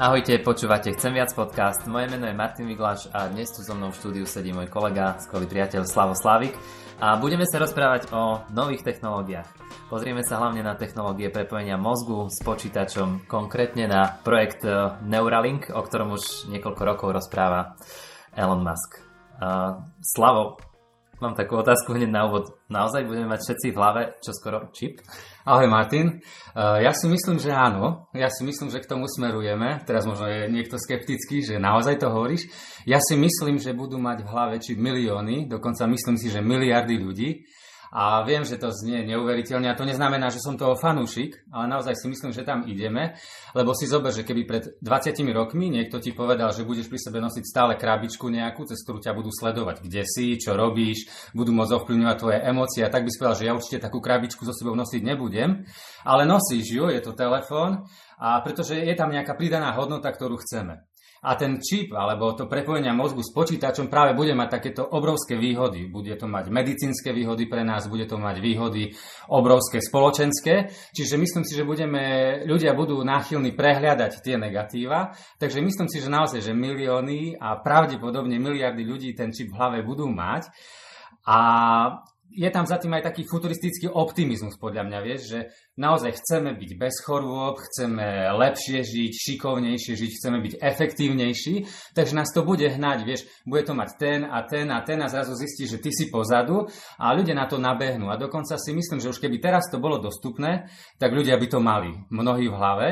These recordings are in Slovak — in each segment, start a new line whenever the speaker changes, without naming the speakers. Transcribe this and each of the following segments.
Ahojte, počúvate Chcem viac podcast. Moje meno je Martin Vigláš a dnes tu so mnou v štúdiu sedí môj kolega, skvelý priateľ Slavo Slávik a budeme sa rozprávať o nových technológiách. Pozrieme sa hlavne na technológie prepojenia mozgu s počítačom, konkrétne na projekt Neuralink, o ktorom už niekoľko rokov rozpráva Elon Musk. Slavo, mám takú otázku hneď na úvod. Naozaj budeme mať všetci v hlave čoskoro čip?
Ahoj Martin, ja si myslím, že áno, ja si myslím, že k tomu smerujeme, teraz možno je niekto skeptický, že naozaj to hovoríš, ja si myslím, že budú mať v hlave čip milióny, dokonca myslím si, že miliardy ľudí a viem, že to znie neuveriteľne a to neznamená, že som toho fanúšik, ale naozaj si myslím, že tam ideme, lebo si zober, že keby pred 20 rokmi niekto ti povedal, že budeš pri sebe nosiť stále krabičku nejakú, cez ktorú ťa budú sledovať, kde si, čo robíš, budú môcť ovplyvňovať tvoje emócie a tak by si povedal, že ja určite takú krabičku so sebou nosiť nebudem, ale nosíš ju, je to telefón a pretože je tam nejaká pridaná hodnota, ktorú chceme. A ten čip, alebo to prepojenie mozgu s počítačom práve bude mať takéto obrovské výhody. Bude to mať medicínske výhody pre nás, bude to mať výhody obrovské spoločenské. Čiže myslím si, že ľudia budú náchylní prehliadať tie negatíva. Takže myslím si, že naozaj, že milióny a pravdepodobne miliardy ľudí ten čip v hlave budú mať. A je tam za tým aj taký futuristický optimizmus, podľa mňa, vieš, že naozaj chceme byť bez chorôb, chceme lepšie žiť, šikovnejšie žiť, chceme byť efektívnejší, takže nás to bude hnať, vieš, bude to mať ten a ten a ten a zrazu zistíš, že ty si pozadu a ľudia na to nabehnú. A dokonca si myslím, že už keby teraz to bolo dostupné, tak ľudia by to mali, mnohí v hlave.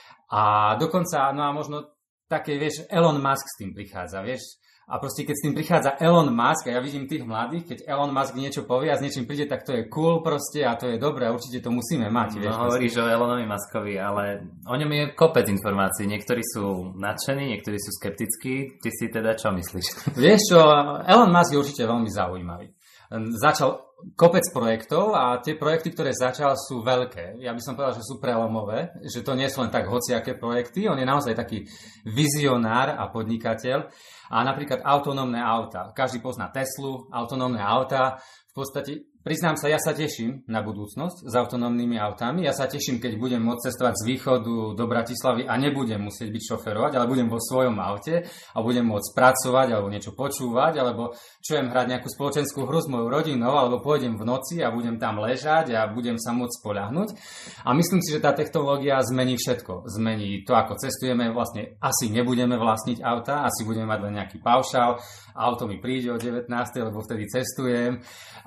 A dokonca, no a možno také, vieš, Elon Musk s tým prichádza, vieš. A proste keď s tým prichádza Elon Musk a ja vidím tých mladých, keď Elon Musk niečo povie a s niečím príde, tak to je cool proste a to je dobré a určite to musíme mať. Vieš,
no hovoríš o Elonovi Muskovi, ale o ňom je kopec informácií. Niektorí sú nadšení, niektorí sú skeptickí. Ty si teda čo myslíš?
Vieš čo, Elon Musk je určite veľmi zaujímavý. Začal kopec projektov a tie projekty, ktoré začal, sú veľké. Ja by som povedal, že sú prelomové, že to nie sú len tak hociaké projekty. On je naozaj taký vizionár a podnikateľ. A napríklad autonómne auta. Každý pozná Teslu, autonómne auta. V podstate, priznám sa, ja sa teším na budúcnosť s autonómnymi autami. Ja sa teším, keď budem môcť cestovať z východu do Bratislavy a nebudem musieť byť šoferovať, ale budem vo svojom aute a budem môcť pracovať alebo niečo počúvať, alebo čujem hrať nejakú spoločenskú hru s mojou rodinou, alebo pôjdem v noci a budem tam ležať a budem sa môcť spoľahnúť. A myslím si, že tá technológia zmení všetko. Zmení to, ako cestujeme. Vlastne asi nebudeme vlastniť auta, asi budeme mať len nejaký paušál. Auto mi príde o 19, lebo vtedy cestujem.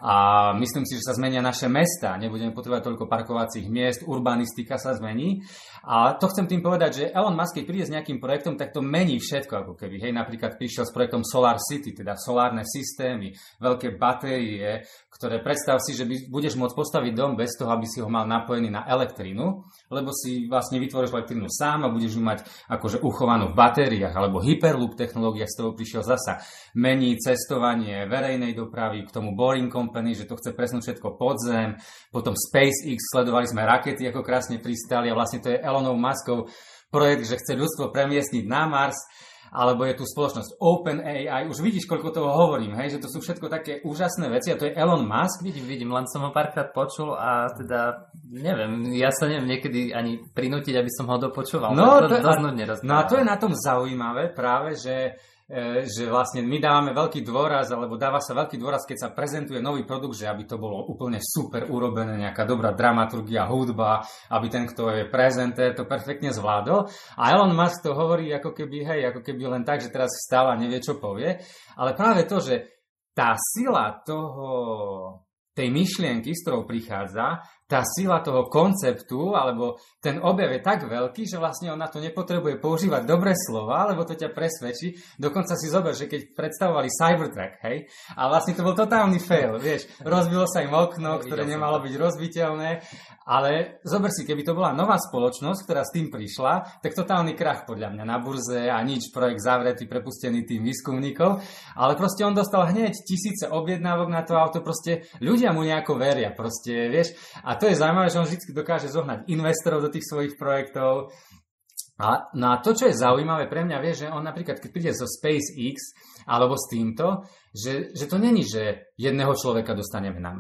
A myslím si, že sa zmenia naše mestá, nebudeme potrebovať toľko parkovacích miest, urbanistika sa zmení. A to chcem tým povedať, že Elon Musk, keď príde s nejakým projektom, tak to mení všetko, ako keby. Hej, napríklad prišiel s projektom Solar City, teda solárne systémy, veľké batérie, ktoré predstav si, že budeš môcť postaviť dom bez toho, aby si ho mal napojený na elektrínu, lebo si vlastne vytvoríš elektrínu sám a budeš ju mať akože uchovanú v batériách, alebo Hyperloop technológia, s ktorou prišiel zasa. Mení cestovanie verejnej dopravy, k tomu Boring Company, že to chce presnúť všetko pod zem, potom SpaceX, sledovali sme rakety, ako krásne pristali a vlastne to je Elonov Muskov projekt, že chce ľudstvo premiestniť na Mars, alebo je tu spoločnosť OpenAI, už vidíš, koľko toho hovorím, hej, že to sú všetko také úžasné veci a to je Elon Musk.
Vidím, len som ho párkrát počul a teda, neviem, ja sa neviem niekedy ani prinútiť, aby som ho dopočúval.
No a to je na tom zaujímavé práve, že vlastne my dávame veľký dôraz, alebo dáva sa veľký dôraz, keď sa prezentuje nový produkt, že aby to bolo úplne super urobené, nejaká dobrá dramaturgia, hudba, aby ten, kto je prezentér, to perfektne zvládol. A Elon Musk to hovorí ako keby len tak, že teraz vstal a nevie, čo povie. Ale práve to, že tá sila tej myšlienky, s ktorou prichádza, tá sila toho konceptu, alebo ten objav je tak veľký, že vlastne on na to nepotrebuje používať dobré slova, lebo to ťa presvedčí. Dokonca si zober, že keď predstavovali Cybertruck, hej, a vlastne to bol totálny fail, vieš, rozbilo sa im okno, ktoré nemalo byť rozbiteľné, ale zober si, keby to bola nová spoločnosť, ktorá s tým prišla, tak totálny krach podľa mňa na burze a nič, projekt zavretý, prepustený tým výskumníkov, ale proste on dostal hneď tisíce objednávok na to auto, proste ľudia mu nejako veria, proste, vieš, a to je zaujímavé, že on vždy dokáže zohnať investorov do tých svojich projektov. No a to, čo je zaujímavé pre mňa, vieš, že on napríklad, keď príde zo SpaceX alebo s týmto, že to není, že jedného človeka dostaneme na Mars.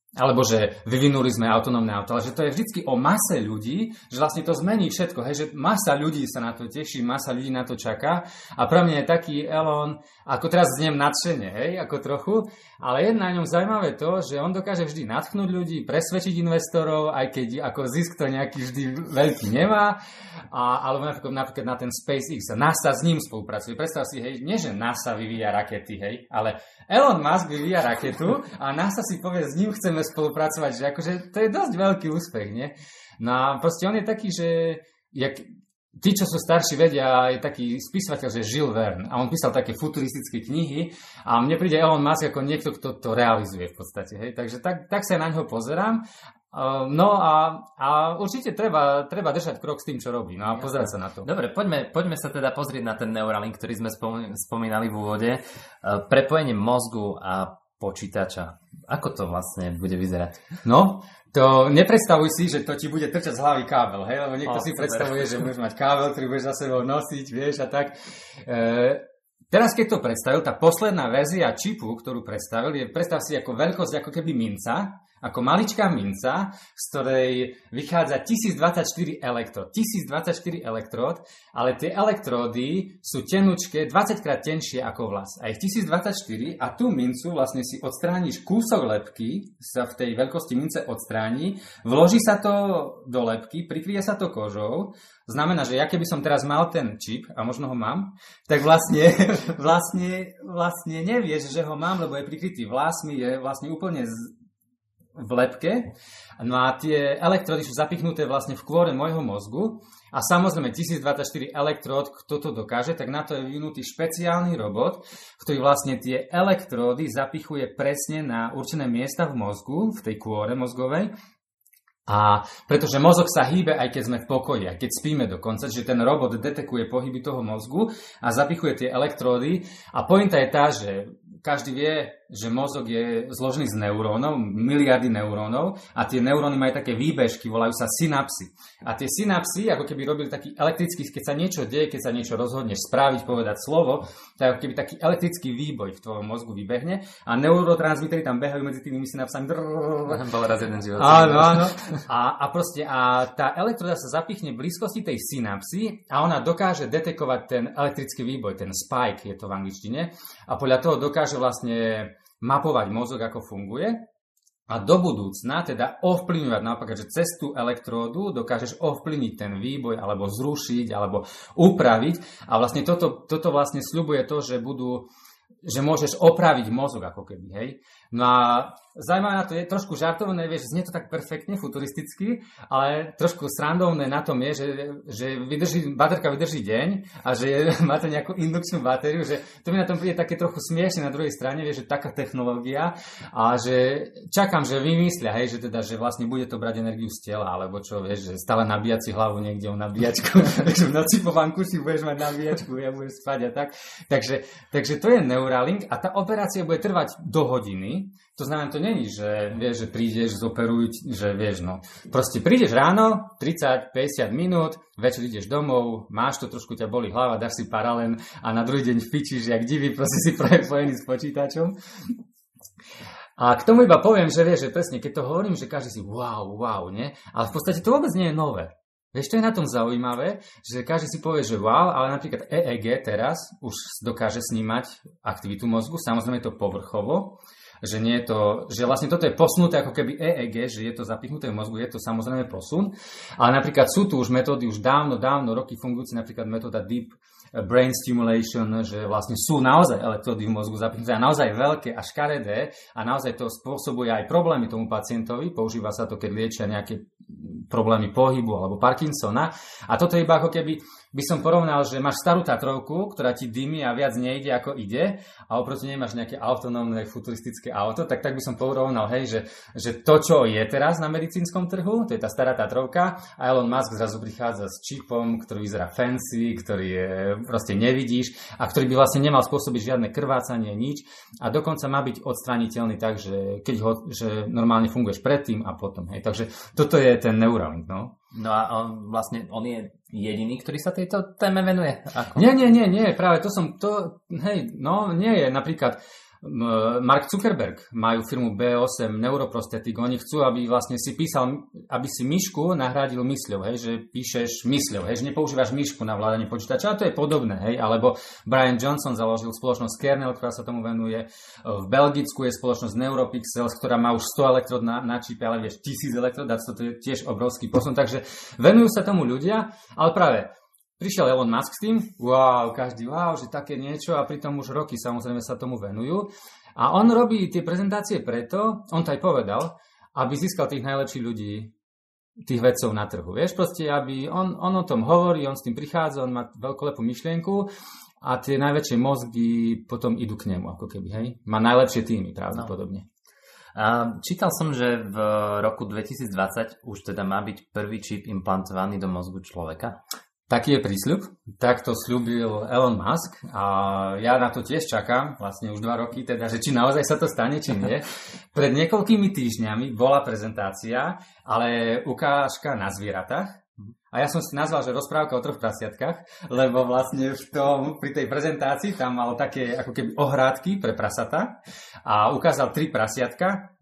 alebo že vyvinuli sme autonómne auto, ale že to je vždycky o mase ľudí, že vlastne to zmení všetko, hej, že masa ľudí sa na to teší, masa ľudí na to čaká a pre mňa je taký Elon, ako teraz zniem nadšene, hej, ako trochu, ale je na ňom zaujímavé to, že on dokáže vždy nadchnúť ľudí, presvedčiť investorov, aj keď ako zisk to nejaký vždy veľký nemá, alebo napríklad na ten SpaceX, NASA s ním spolupracuje. Predstav si, hej, nie že NASA vyvíja rakety, hej, ale Elon Musk vyvíja raketu a NASA si povie, s ním chceme spolupracovať, že akože to je dosť veľký úspech, nie? No a proste on je taký, že tí, čo sú starší, vedia, je taký spisovateľ, že Jules Verne a on písal také futuristické knihy a mne príde Elon Musk ako niekto, kto to realizuje v podstate, hej? Takže tak sa na ňo pozerám. No a určite treba držať krok s tým, čo robí, no a pozerať sa na to.
Dobre, poďme sa teda pozrieť na ten Neuralink, ktorý sme spomínali v úvode. Prepojenie mozgu a počítača. Ako to vlastne bude vyzerať?
No, to nepredstavuj si, že to ti bude trčať z hlavy kábel, hej? Lebo niekto si predstavuje, že budeš mať kábel, ktorý budeš za sebou nosiť, vieš, a tak. Teraz, keď to predstavil, tá posledná verzia čipu, ktorú predstavil, predstav si ako veľkosť, ako keby minca, ako maličká minca, z ktorej vychádza 1024 elektród. 1024 elektród, ale tie elektródy sú tenučké, 20 krát tenšie ako vlas. A ich 1024 a tú mincu vlastne si odstrániš kúsok lebky, sa v tej veľkosti mince odstráni, vloží sa to do lebky, prikryje sa to kožou. Znamená, že ja keby som teraz mal ten čip, a možno ho mám, tak vlastne nevieš, že ho mám, lebo je prikrytý vlasmi, je vlastne úplne v lebke. No a tie elektródy sú zapichnuté vlastne v kôre môjho mozgu a samozrejme 1024 elektród, kto to dokáže, tak na to je vyvinutý špeciálny robot, ktorý vlastne tie elektródy zapichuje presne na určené miesta v mozgu, v tej kôre mozgovej. A pretože mozog sa hýbe, aj keď sme v pokoji, aj keď spíme dokonca, že ten robot detekuje pohyby toho mozgu a zapichuje tie elektródy. A pointa je tá, že každý vie, že mozog je zložený z neurónov, miliardy neurónov a tie neuróny majú také výbežky, volajú sa synapsy. A tie synapsy, ako keby robili taký elektrický, keď sa niečo deje, keď sa niečo rozhodneš spraviť, povedať slovo, tak ako keby taký elektrický výboj v tvojom mozgu vybehne a neurotransmitery tam behajú medzi tými synapsami.
Bol raz jeden život.
Áno. A proste tá elektroda sa zapichne v blízkosti tej synapsy a ona dokáže detekovať ten elektrický výboj, ten spike je to v angličtine a podľa toho dokáže vlastne mapovať mozog, ako funguje a do budúcna teda ovplyvňovať napríklad, že cez tú elektródu dokážeš ovplyvniť ten výboj alebo zrušiť alebo upraviť a vlastne toto vlastne sľubuje to, že môžeš opraviť mozog ako keby, hej. No a zaujímavé na to je trošku žartovné, vieš, znie to tak perfektne, futuristicky, ale trošku srandovné na tom je, že baterka vydrží deň a že má to nejakú indukčnú batériu, že to mi na tom príde také trochu smiešne na druhej strane, vieš, že taká technológia a že čakám, že vymyslia, hej, že teda, že vlastne bude to brať energiu z tela, alebo čo, vieš, že stále nabíjať si hlavu niekde o nabíjačku, takže v noci po vankúši budeš mať nabíjačku, ja budeš spať a tak. Takže to je Neuralink a tá operácia bude trvať do hodiny. To znamená, to není, že vieš, že prídeš, zoperuj, že vieš, no. Proste prídeš ráno, 30-50 minút, večer ideš domov, máš to, trošku ťa boli hlava, dáš si paralen a na druhý deň fičíš, jak divý, proste si prepojený s počítačom. A k tomu iba poviem, že vieš, že presne, keď to hovorím, že každý si wow, nie? Ale v podstate to vôbec nie je nové. Vieš, to je na tom zaujímavé, že každý si povie, že wow, ale napríklad EEG teraz už dokáže snímať aktivitu mozgu, samozrejme je to povrchovo, že nie je to, že vlastne toto je posunuté ako keby EEG, že je to zapichnuté v mozgu, je to samozrejme posun, ale napríklad sú tu už metódy, už dávno, roky fungujúci, napríklad metóda Deep Brain Stimulation, že vlastne sú naozaj elektródy v mozgu zapichnuté a naozaj veľké a škaredé a naozaj to spôsobuje aj problémy tomu pacientovi, používa sa to, keď liečia nejaké problémy pohybu alebo Parkinsona a toto je iba ako keby by som porovnal, že máš starú Tatrovku, ktorá ti dymí a viac nejde ako ide a oproti nej máš nejaké autonómne futuristické auto, tak by som porovnal, hej, že to, čo je teraz na medicínskom trhu, to je tá stará Tatrovka a Elon Musk zrazu prichádza s čipom, ktorý vyzerá fancy, ktorý je, proste nevidíš a ktorý by vlastne nemal spôsobiť žiadne krvácanie, nič a dokonca má byť odstrániteľný tak, že že normálne funguješ predtým a potom, hej. Takže toto je ten Neuralink, no.
No a on je jediný, ktorý sa tejto téme venuje? Ako?
Nie, práve nie je. Napríklad Mark Zuckerberg majú firmu B8 Neuroprosthetic, oni chcú, aby vlastne si písal, aby si myšku nahradil mysľou, hej, že píšeš mysľou, hej, že nepoužívaš myšku na vládanie počítača, a to je podobné, hej, alebo Brian Johnson založil spoločnosť Kernel, ktorá sa tomu venuje, v Belgicku je spoločnosť Neuropixels, ktorá má už 100 elektrod na čipe, ale vieš, 1000 elektrod, a to je tiež obrovský posun, takže venujú sa tomu ľudia, ale práve prišiel Elon Musk s tým, každý že také niečo, a pritom už roky samozrejme sa tomu venujú. A on robí tie prezentácie preto, on to aj povedal, aby získal tých najlepších ľudí, tých vedcov na trhu. Vieš, proste, aby on o tom hovorí, on s tým prichádza, on má veľkolepú myšlienku a tie najväčšie mozgy potom idú k nemu, ako keby, hej. Má najlepšie týmy pravdepodobne.
A čítal som, že v roku 2020 už teda má byť prvý čip implantovaný do mozgu človeka.
Taký je prísľub, tak to sľúbil Elon Musk a ja na to tiež čakám, vlastne už 2 roky, teda, že či naozaj sa to stane, či nie. Pred niekoľkými týždňami bola prezentácia, ale ukážka na zvieratách. A ja som si nazval, že rozprávka o 3 prasiatkách, lebo vlastne pri tej prezentácii tam mal také ako keby ohrádky pre prasata a ukázal 3 prasiatka.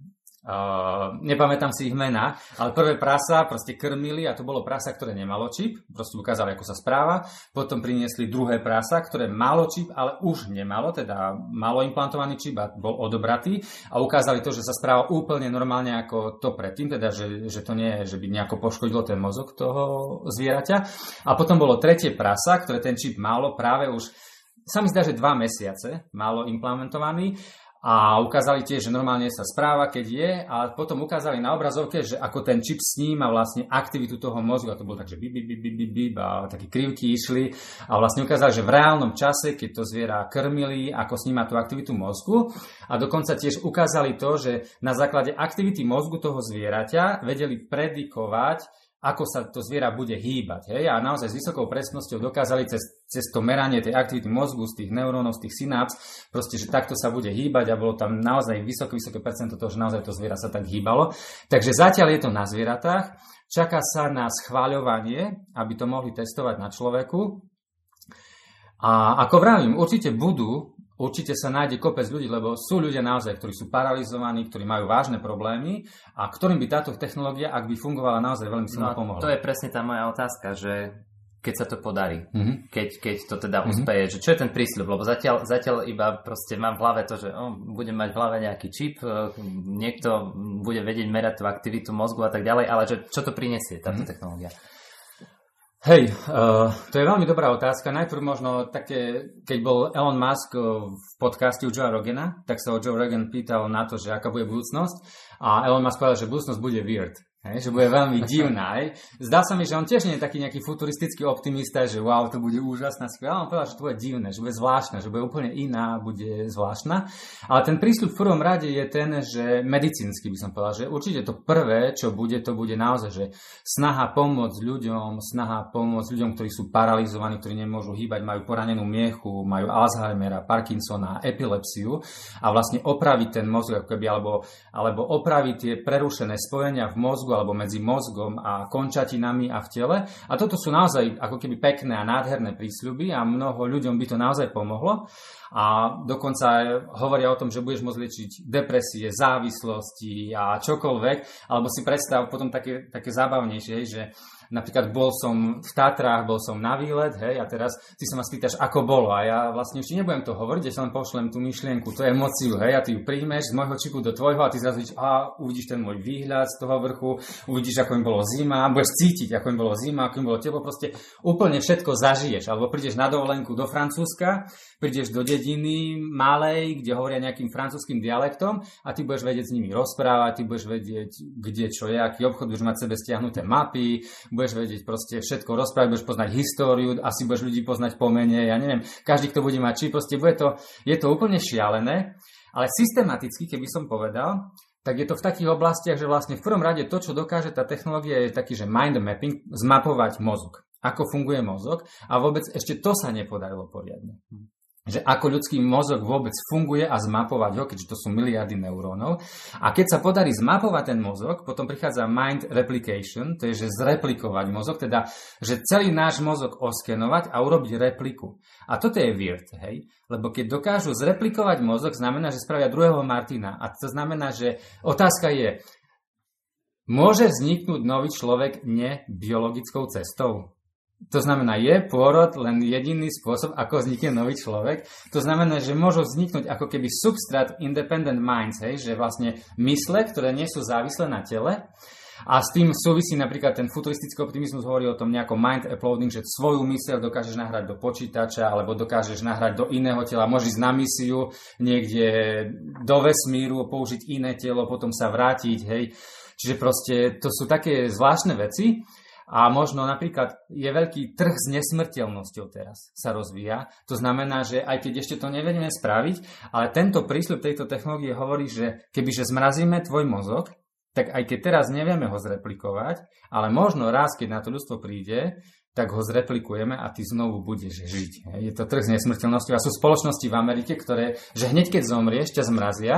Nepamätám si ich mená, ale prvé prasa proste krmili a to bolo prasa, ktoré nemalo čip, proste ukázali, ako sa správa. Potom priniesli druhé prasa, ktoré malo čip, ale už nemalo, teda malo implantovaný čip a bol odobratý, a ukázali to, že sa správa úplne normálne ako to predtým, teda že to nie je, že by nejako poškodilo ten mozog toho zvieraťa. A potom bolo tretie prasa, ktoré ten čip malo práve už, sa mi zdá, že 2 mesiace malo implementovaný. A ukázali tiež, že normálne sa správa, keď je, a potom ukázali na obrazovke, že ako ten čip sníma vlastne aktivitu toho mozgu, a to bolo tak, že bip, a také krivky išli, a vlastne ukázali, že v reálnom čase, keď to zviera krmili, ako sníma tú aktivitu mozgu, a dokonca tiež ukázali to, že na základe aktivity mozgu toho zvieraťa vedeli predikovať, ako sa to zviera bude hýbať. Hej? A naozaj s vysokou presnosťou dokázali cez to meranie tej aktivity mozgu, z tých neurónov, z tých synaps, proste, že takto sa bude hýbať, a bolo tam naozaj vysoké percento toho, že naozaj to zviera sa tak hýbalo. Takže zatiaľ je to na zvieratách, čaká sa na schváľovanie, aby to mohli testovať na človeku. A ako vravím, určite sa nájde kopec ľudí, lebo sú ľudia naozaj, ktorí sú paralizovaní, ktorí majú vážne problémy a ktorým by táto technológia, ak by fungovala, naozaj veľmi silno pomohla.
To je presne tá moja otázka, že keď sa to podarí, keď to teda uspeje, že čo je ten prísľub, lebo zatiaľ iba proste mám v hlave to, že budem mať v hlave nejaký čip, niekto bude vedieť merať tú aktivitu mozgu a tak ďalej, ale že čo to prinesie táto technológia?
Hej, to je veľmi dobrá otázka. Najprv možno také, keď bol Elon Musk v podcaste u Joea Rogana, tak sa Joe Rogan pýtal na to, že aká bude budúcnosť, a Elon Musk povedal, že budúcnosť bude weird. Hej, že bude veľmi divná. Zdá sa mi, že on tiež nie je taký nejaký futuristický optimista, že wow, to bude úžasná, skvelá. On povedal, že to bude divné, že bude zvláštna, že bude úplne iná, bude zvláštna. Ale ten prístup v prvom rade je ten, že medicínsky by som povedal, že určite to prvé, čo bude, to bude naozaj, že snaha pomôcť ľuďom, ktorí sú paralizovaní, ktorí nemôžu hýbať, majú poranenú miechu, majú Alzheimera, Parkinsona, epilepsiu, a vlastne opraviť ten mozog, ako keby, alebo opraviť tie prerušené spojenia v mozgu alebo medzi mozgom a končatinami a v tele. A toto sú naozaj ako keby pekné a nádherné prísľuby a mnoho ľuďom by to naozaj pomohlo. A dokonca hovoria o tom, že budeš môcť liečiť depresie, závislosti a čokoľvek. Alebo si predstav potom také zábavnejšie, že napríklad bol som v Tatrách, bol som na výlet, hej, a teraz ty sa ma spýtaš, ako bolo, a ja vlastne už nebudem to hovoriť, ja sa len pošlem tú myšlienku, tú emóciu, hej, a ty ju príjmeš z môjho čipu do tvojho, a ty zrazu uvidíš ten môj výhľad z toho vrchu, uvidíš, ako im bolo zima, budeš cítiť, ako im bolo zima, ako im bolo teplo, proste úplne všetko zažiješ. Alebo prídeš na dovolenku do Francúzska, prídeš do dediny malej, kde hovoria nejakým francúzskym dialektom, a ty budeš vedieť s nimi rozprávať, ty budeš vedieť, kde čo je, aký obchod, budeš mať sebe stiahnuté mapy, budeš vedieť proste všetko rozprávať, budeš poznať históriu, asi budeš ľudí poznať po mene, ja neviem, každý, kto bude mať čip, proste je to úplne šialené, ale systematicky, keby som povedal, tak je to v takých oblastiach, že vlastne v prvom rade to, čo dokáže tá technológia, je taký, že mind mapping, zmapovať mozog, ako funguje mozog, a vôbec ešte to sa nepodarilo poriadne. že ako ľudský mozog vôbec funguje a zmapovať ho, keďže to sú miliardy neurónov. A keď sa podarí zmapovať ten mozog, potom prichádza mind replication, to je, že zreplikovať mozog, teda, že celý náš mozog oskenovať a urobiť repliku. A toto je weird, hej? Lebo keď dokážu zreplikovať mozog, znamená, že spravia druhého Martina. A to znamená, že otázka je, môže vzniknúť nový človek nebiologickou cestou? To znamená, je pôrod len jediný spôsob, ako vznikne nový človek. To znamená, že môžu vzniknúť ako keby substrate independent minds, hej, že vlastne mysle, ktoré nie sú závislé na tele. A s tým súvisí napríklad ten futuristický optimizmus, hovorí o tom nejakom mind uploading, že svoju myseľ dokážeš nahrať do počítača alebo dokážeš nahrať do iného tela, môžeš ísť na misiu niekde do vesmíru, použiť iné telo, potom sa vrátiť, hej. Čiže proste to sú také zvláštne veci. A možno napríklad je veľký trh s nesmrteľnosťou teraz sa rozvíja. To znamená, že aj keď ešte to nevieme spraviť, ale tento prísľub tejto technológie hovorí, že kebyže zmrazíme tvoj mozog, tak aj keď teraz nevieme ho zreplikovať, ale možno raz, keď na to ľudstvo príde, tak ho zreplikujeme a ty znovu budeš žiť. Je to trh s nesmrteľnosťou a sú spoločnosti v Amerike, ktoré, že hneď keď zomrieš, ťa zmrazia.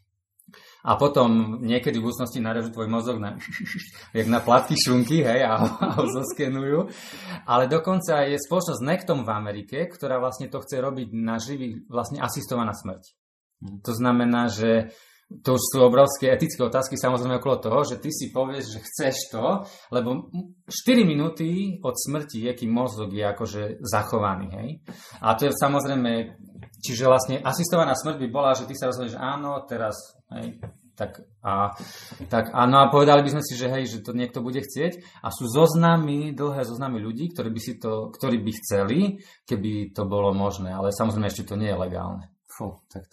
A potom niekedy v budúcnosti narežú tvoj mozog jak na platky šunky, hej, a ho zoskenujú. Ale dokonca je spoločnosť Nectom v Amerike, ktorá vlastne to chce robiť na živý, vlastne asistovaná smrť. To znamená, že to už sú obrovské etické otázky samozrejme okolo toho, že ty si povieš, že chceš to, lebo 4 minúty od smrti je, kým mozog je akože zachovaný, hej. A to je samozrejme, čiže vlastne asistovaná smrť by bola, že ty sa rozhodneš, áno, teraz, hej, tak áno, a povedali by sme si, že hej, že to niekto bude chcieť a sú zoznamy, dlhé zoznamy ľudí, ktorí by chceli, keby to bolo možné, ale samozrejme ešte to nie je legálne.
Tak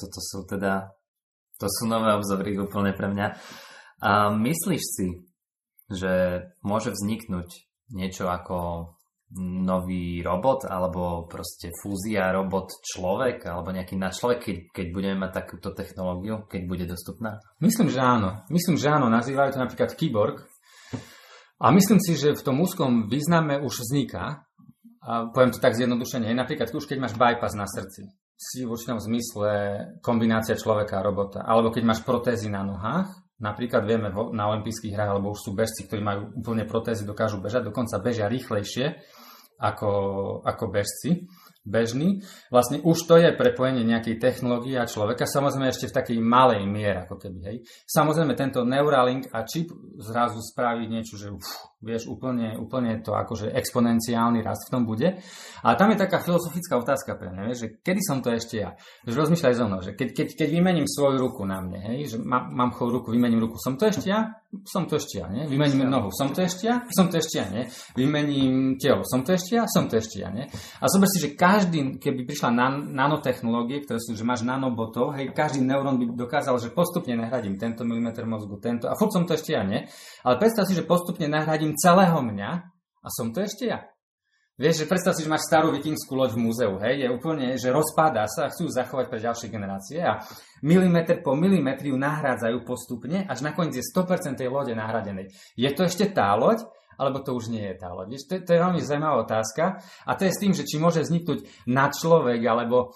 to sú nové obzory úplne pre mňa. A myslíš si, že môže vzniknúť niečo ako nový robot, alebo proste fúzia robot-človek, alebo nejaký nadčlovek, keď budeme mať takúto technológiu, keď bude dostupná?
Myslím, že áno. Nazývajú to napríklad kyborg. A myslím si, že v tom úzkom význame už vzniká. A poviem to tak zjednodušene. Napríklad už keď máš bypass na srdci, si v určitom zmysle kombinácia človeka a robota. Alebo keď máš protézy na nohách, napríklad vieme na olympijských hrách, alebo už sú bežci, ktorí majú úplne protézy, dokážu bežať, dokonca bežia rýchlejšie ako bežci bežní. Vlastne už to je prepojenie nejakej technológie a človeka, samozrejme ešte v takej malej miere, ako keby, hej. Samozrejme tento Neuralink a čip zrazu spraví niečo, že vieš, úplne to akože exponenciálny rast v tom bude. Ale tam je taká filozofická otázka pre mňa, že kedy som to ešte ja? Že rozmýšľaj so mnou, že keď vymením svoju ruku na mne, hej, že mám chorú ruku, vymením ruku, som to ešte ja? Som to ešte ja, nie? Vymením nohu, som to ešte ja? Som to ešte ja, nie? Vymením telo, som to ešte ja? Som to ešte ja, nie? A zober si, že každý, keby prišla nanotechnológie, ktoré sú, že máš nanobotov, hej, každý neurón by dokázal, že postupne nahradím tento milimeter mozgu, tento, a furt som to ešte ja, nie? Ale predstav si, že postupne nahradím celého mňa a som to ešte ja. Vieš, že predstav si, že máš starú vikingskú loď v múzeu, hej, je úplne, že rozpadá sa a chcú zachovať pre ďalšie generácie a milimeter po milimetri ju nahrádzajú postupne, až nakoniec je 100% tej lode nahradenej. Je to ešte tá loď, alebo to už nie je tá loď? Vieš, to je veľmi zaujímavá otázka a to je s tým, že či môže vzniknúť nadčlovek, alebo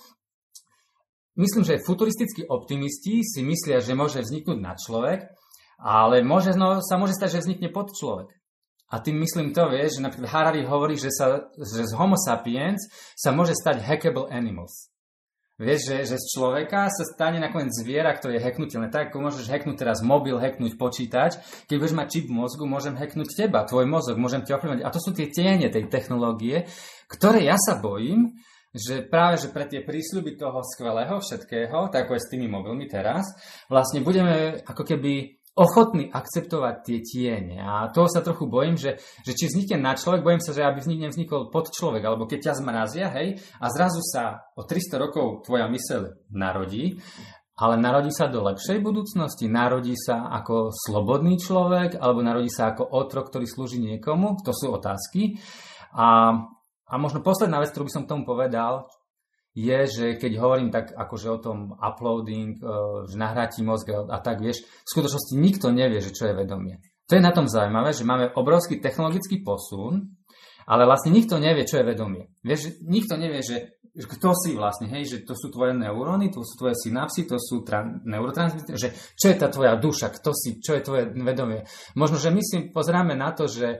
myslím, že futuristickí optimisti si myslia, že môže vzniknúť nadčlovek, ale sa môže stať, že vznikne podčlovek. A tým myslím to, vieš, že napríklad Harari hovorí, že z Homo sapiens sa môže stať hackable animals. Vieš, že z človeka sa stane nakoniec zviera, ktoré je hacknutelné. Tak ako môžeš hacknúť teraz mobil, hacknúť počítač, keď budeš mať čip v mozgu, môžem hacknúť teba, tvoj mozog, môžem ťa ovplyvniť. A to sú tie tiene tej technológie, ktoré ja sa bojím, že práve že pre tie prísľuby toho skvelého všetkého, tak ako je s tými mobilmi teraz, vlastne budeme ako keby ochotní akceptovať tie tiene. A toho sa trochu bojím, že či vznikne na človek, bojím sa, že aby nevznikol pod človek, alebo keď ťa zmrazia, hej, a zrazu sa o 300 rokov tvoja myseľ narodí, ale narodí sa do lepšej budúcnosti, narodí sa ako slobodný človek, alebo narodí sa ako otrok, ktorý slúži niekomu, to sú otázky. A možno posledná vec, ktorú by som k tomu povedal, je, že keď hovorím tak akože o tom uploading, že nahrátí mozg a tak, vieš, v skutočnosti nikto nevie, že čo je vedomie. To je na tom zaujímavé, že máme obrovský technologický posun, ale vlastne nikto nevie, čo je vedomie. Vieš, nikto nevie, že kto si vlastne, hej, že to sú tvoje neuróny, to sú tvoje synapsy, to sú neurotransmitery, že čo je tá tvoja duša, kto si, čo je tvoje vedomie. Možno, že my si pozeráme na to, že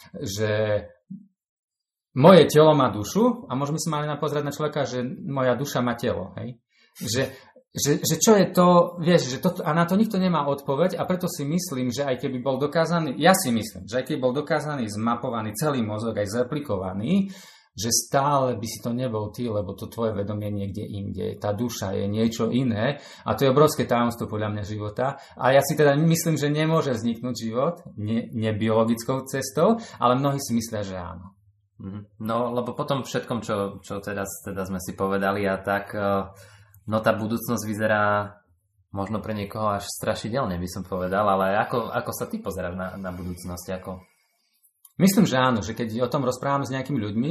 moje telo má dušu a môžeme sa mali pozerať na človeka, že moja duša má telo, hej. Že čo je to, vieš, že to, a na to nikto nemá odpoveď a preto si myslím, že aj keby bol dokázaný, ja si myslím, že aj keby bol dokázaný, zmapovaný celý mozog, aj zaplikovaný, že stále by si to nebol ty, lebo to tvoje vedomie niekde inde. Tá duša je niečo iné a to je obrovské tajomstvo podľa mňa života. A ja si teda myslím, že nemôže vzniknúť život nebiologickou cestou, ale mnohí si myslia, že áno.
No, lebo potom všetkom, čo teraz sme si povedali a tak... No tá budúcnosť vyzerá možno pre niekoho až strašidelne, by som povedal, ale ako sa ty pozeráš na budúcnosť? Ako?
Myslím, že áno, že keď o tom rozprávam s nejakými ľuďmi,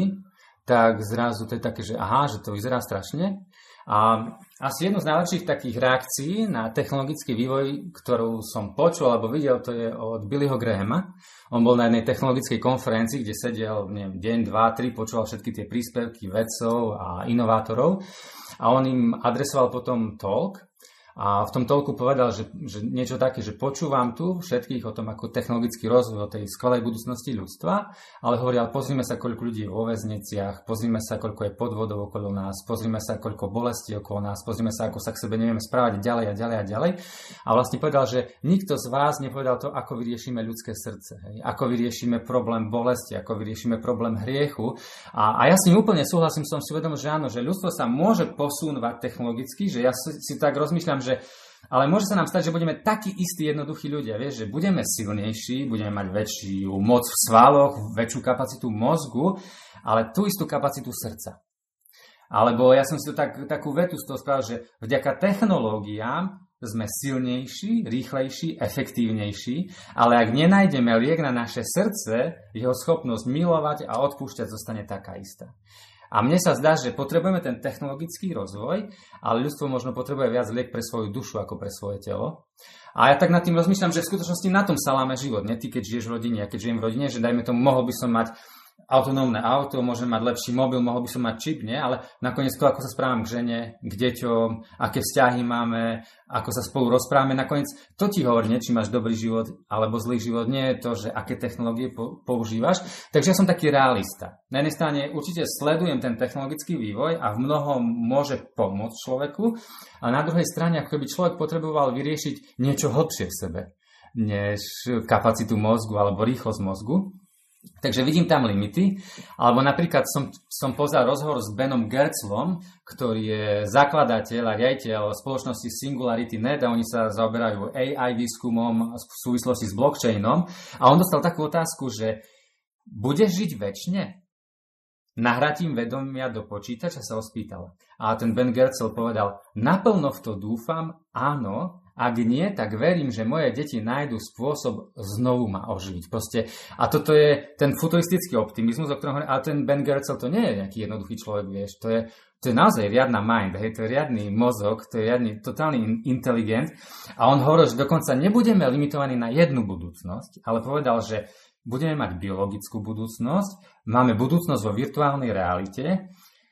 tak zrazu to je také, že aha, že to vyzerá strašne. A asi jednu z najlepších takých reakcií na technologický vývoj, ktorú som počul alebo videl, to je od Billyho Grahama. On bol na jednej technologickej konferencii, kde sedel deň, 2, 3, počúval všetky tie príspevky vedcov a inovátorov. A on im adresoval potom talk a v tom talku povedal, že niečo také, že počúvam tu všetkých o tom, ako technologický rozvoj, o tej skvelej budúcnosti ľudstva, ale hovoril, pozrime sa, koľko ľudí je vo väzniciach, pozrime sa, koľko je podvodov okolo nás, pozrime sa, koľko bolestí okolo nás, pozrime sa, ako sa k sebe nevieme správať ďalej a ďalej a ďalej. A vlastne povedal, že nikto z vás nepovedal to, ako vyriešime ľudské srdce, hej? Ako vyriešime problém bolesti, ako vyriešime problém hriechu. A ja s ním úplne súhlasím, som si uvedomil, že áno, že ľudstvo sa môže posúvať technologicky, že ja si tak rozmýšľam, ale môže sa nám stať, že budeme takí istí jednoduchí ľudia, vieš, že budeme silnejší, budeme mať väčšiu moc v svaloch, väčšiu kapacitu mozgu, ale tú istú kapacitu srdca. Alebo ja som si to takú vetu z toho spravil, že vďaka technológiám sme silnejší, rýchlejší, efektívnejší, ale ak nenájdeme liek na naše srdce, jeho schopnosť milovať a odpúšťať zostane taká istá. A mne sa zdá, že potrebujeme ten technologický rozvoj, ale ľudstvo možno potrebuje viac liek pre svoju dušu ako pre svoje telo. A ja tak nad tým rozmýšľam, že v skutočnosti na tom sa láme život. Nie ty, keď žiješ v rodine, a keď žijem v rodine, že dajme tomu, mohol by som mať autonómne auto, môžem mať lepší mobil, mohol by som mať čip, nie? Ale nakoniec to, ako sa správam k žene, k deťom, aké vzťahy máme, ako sa spolu rozprávame, nakoniec to ti hovorí, nie, či máš dobrý život alebo zlý život, nie je to, že aké technológie používaš. Takže ja som taký realista. Na jednej strane určite sledujem ten technologický vývoj a v mnohom môže pomôcť človeku, ale na druhej strane, ako keby človek potreboval vyriešiť niečo hlbšie v sebe, než kapacitu mozgu alebo rýchlosť mozgu. Takže vidím tam limity, alebo napríklad som pozeral rozhovor s Benom Goertzelom, ktorý je zakladateľ a riaditeľ spoločnosti Singularity.net a oni sa zaoberajú AI výskumom v súvislosti s blockchainom a on dostal takú otázku, že budeš žiť večne? Nahratím vedomia do počítača sa ho spýtal. A ten Ben Goertzel povedal, naplno v to dúfam, áno, ak nie, tak verím, že moje deti nájdu spôsob znovu ma oživiť. Proste, a toto je ten futuristický optimizmus, o ktorom hovorím, ale ten Ben Goertzel to nie je nejaký jednoduchý človek, vieš, to je naozaj riadna mind, hej, to je riadny mozog, to je riadny, totálny inteligent a on hovoril, že dokonca nebudeme limitovaní na jednu budúcnosť, ale povedal, že budeme mať biologickú budúcnosť, máme budúcnosť vo virtuálnej realite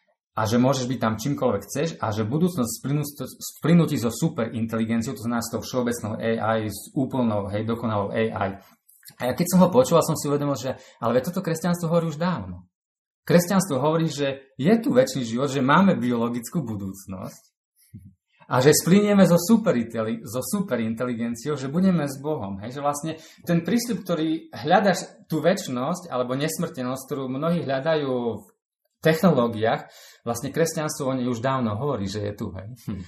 a že môžeš byť tam čímkoľvek chceš a že budúcnosť splynutí so superinteligenciou, to znamená s tou všeobecnou AI, s úplnou, hej, dokonalou AI. A ja keď som ho počul, som si uvedomil, že ale toto kresťanstvo hovorí už dávno. Kresťanstvo hovorí, že je tu večný život, že máme biologickú budúcnosť a že splynieme so superinteligenciou, že budeme s Bohom. Hej? Že vlastne ten prístup, ktorý hľadaš tú večnosť alebo nesmrtenosť, ktorú mnohí hľadajú v technológiách, vlastne kresťanstvo o nej už dávno hovorí, že je tu. Hej?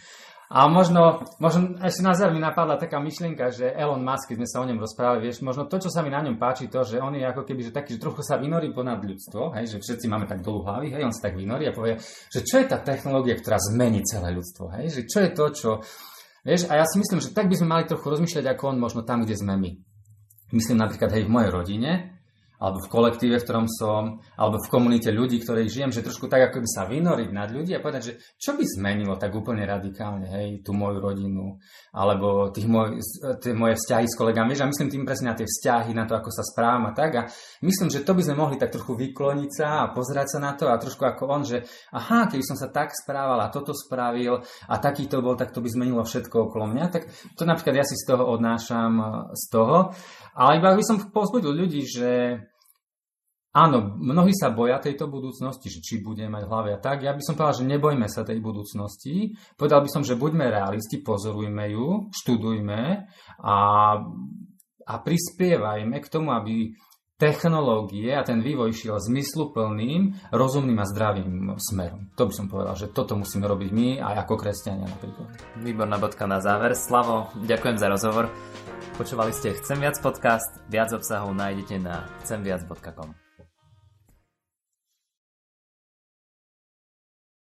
A možno ešte na záver mi napadla taká myšlienka, že Elon Musk, keď sme sa o ňom rozprávali, vieš, možno to, čo sa mi na ňom páči, to, že on je ako keby, že taký, že trochu sa vynorí ponad ľudstvo, hej, že všetci máme tak dolu hlavy, hej, on sa tak vynorí a povie, že čo je tá technológia, ktorá zmení celé ľudstvo, hej, že čo je to, čo, vieš, a ja si myslím, že tak by sme mali trochu rozmýšľať ako on, možno tam, kde sme my. Myslím napríklad, hej, v mojej rodine, alebo v kolektíve, v ktorom som, alebo v komunite ľudí, ktorej žijem, že trošku tak ako by sa vynoriť nad ľudí a povedať, že čo by zmenilo tak úplne radikálne, hej, tú moju rodinu, alebo tie moje vzťahy s kolegami, vieš, a myslím tým presne na tie vzťahy, na to, ako sa správam a tak, a myslím, že to by sme mohli tak trochu vykloniť sa a pozerať sa na to a trošku ako on, že aha, keby som sa tak správal a toto spravil a taký to bol, tak to by zmenilo všetko okolo mňa, tak to napríklad ja si z toho odnášam z toho. Ale iba by som povzbudil ľudí, že áno, mnohí sa boja tejto budúcnosti, že či bude mať v hlave a tak. Ja by som povedal, že nebojme sa tej budúcnosti. Povedal by som, že buďme realisti, pozorujme ju, študujme a prispievajme k tomu, aby technológie a ten vývoj šiel zmysluplným, rozumným a zdravým smerom. To by som povedal, že toto musíme robiť my aj ako kresťania napríklad.
Výborná bodka na záver. Slavo, ďakujem za rozhovor. Počúvali ste Chcem viac podcast. Viac obsahov nájdete na chcemviac.com.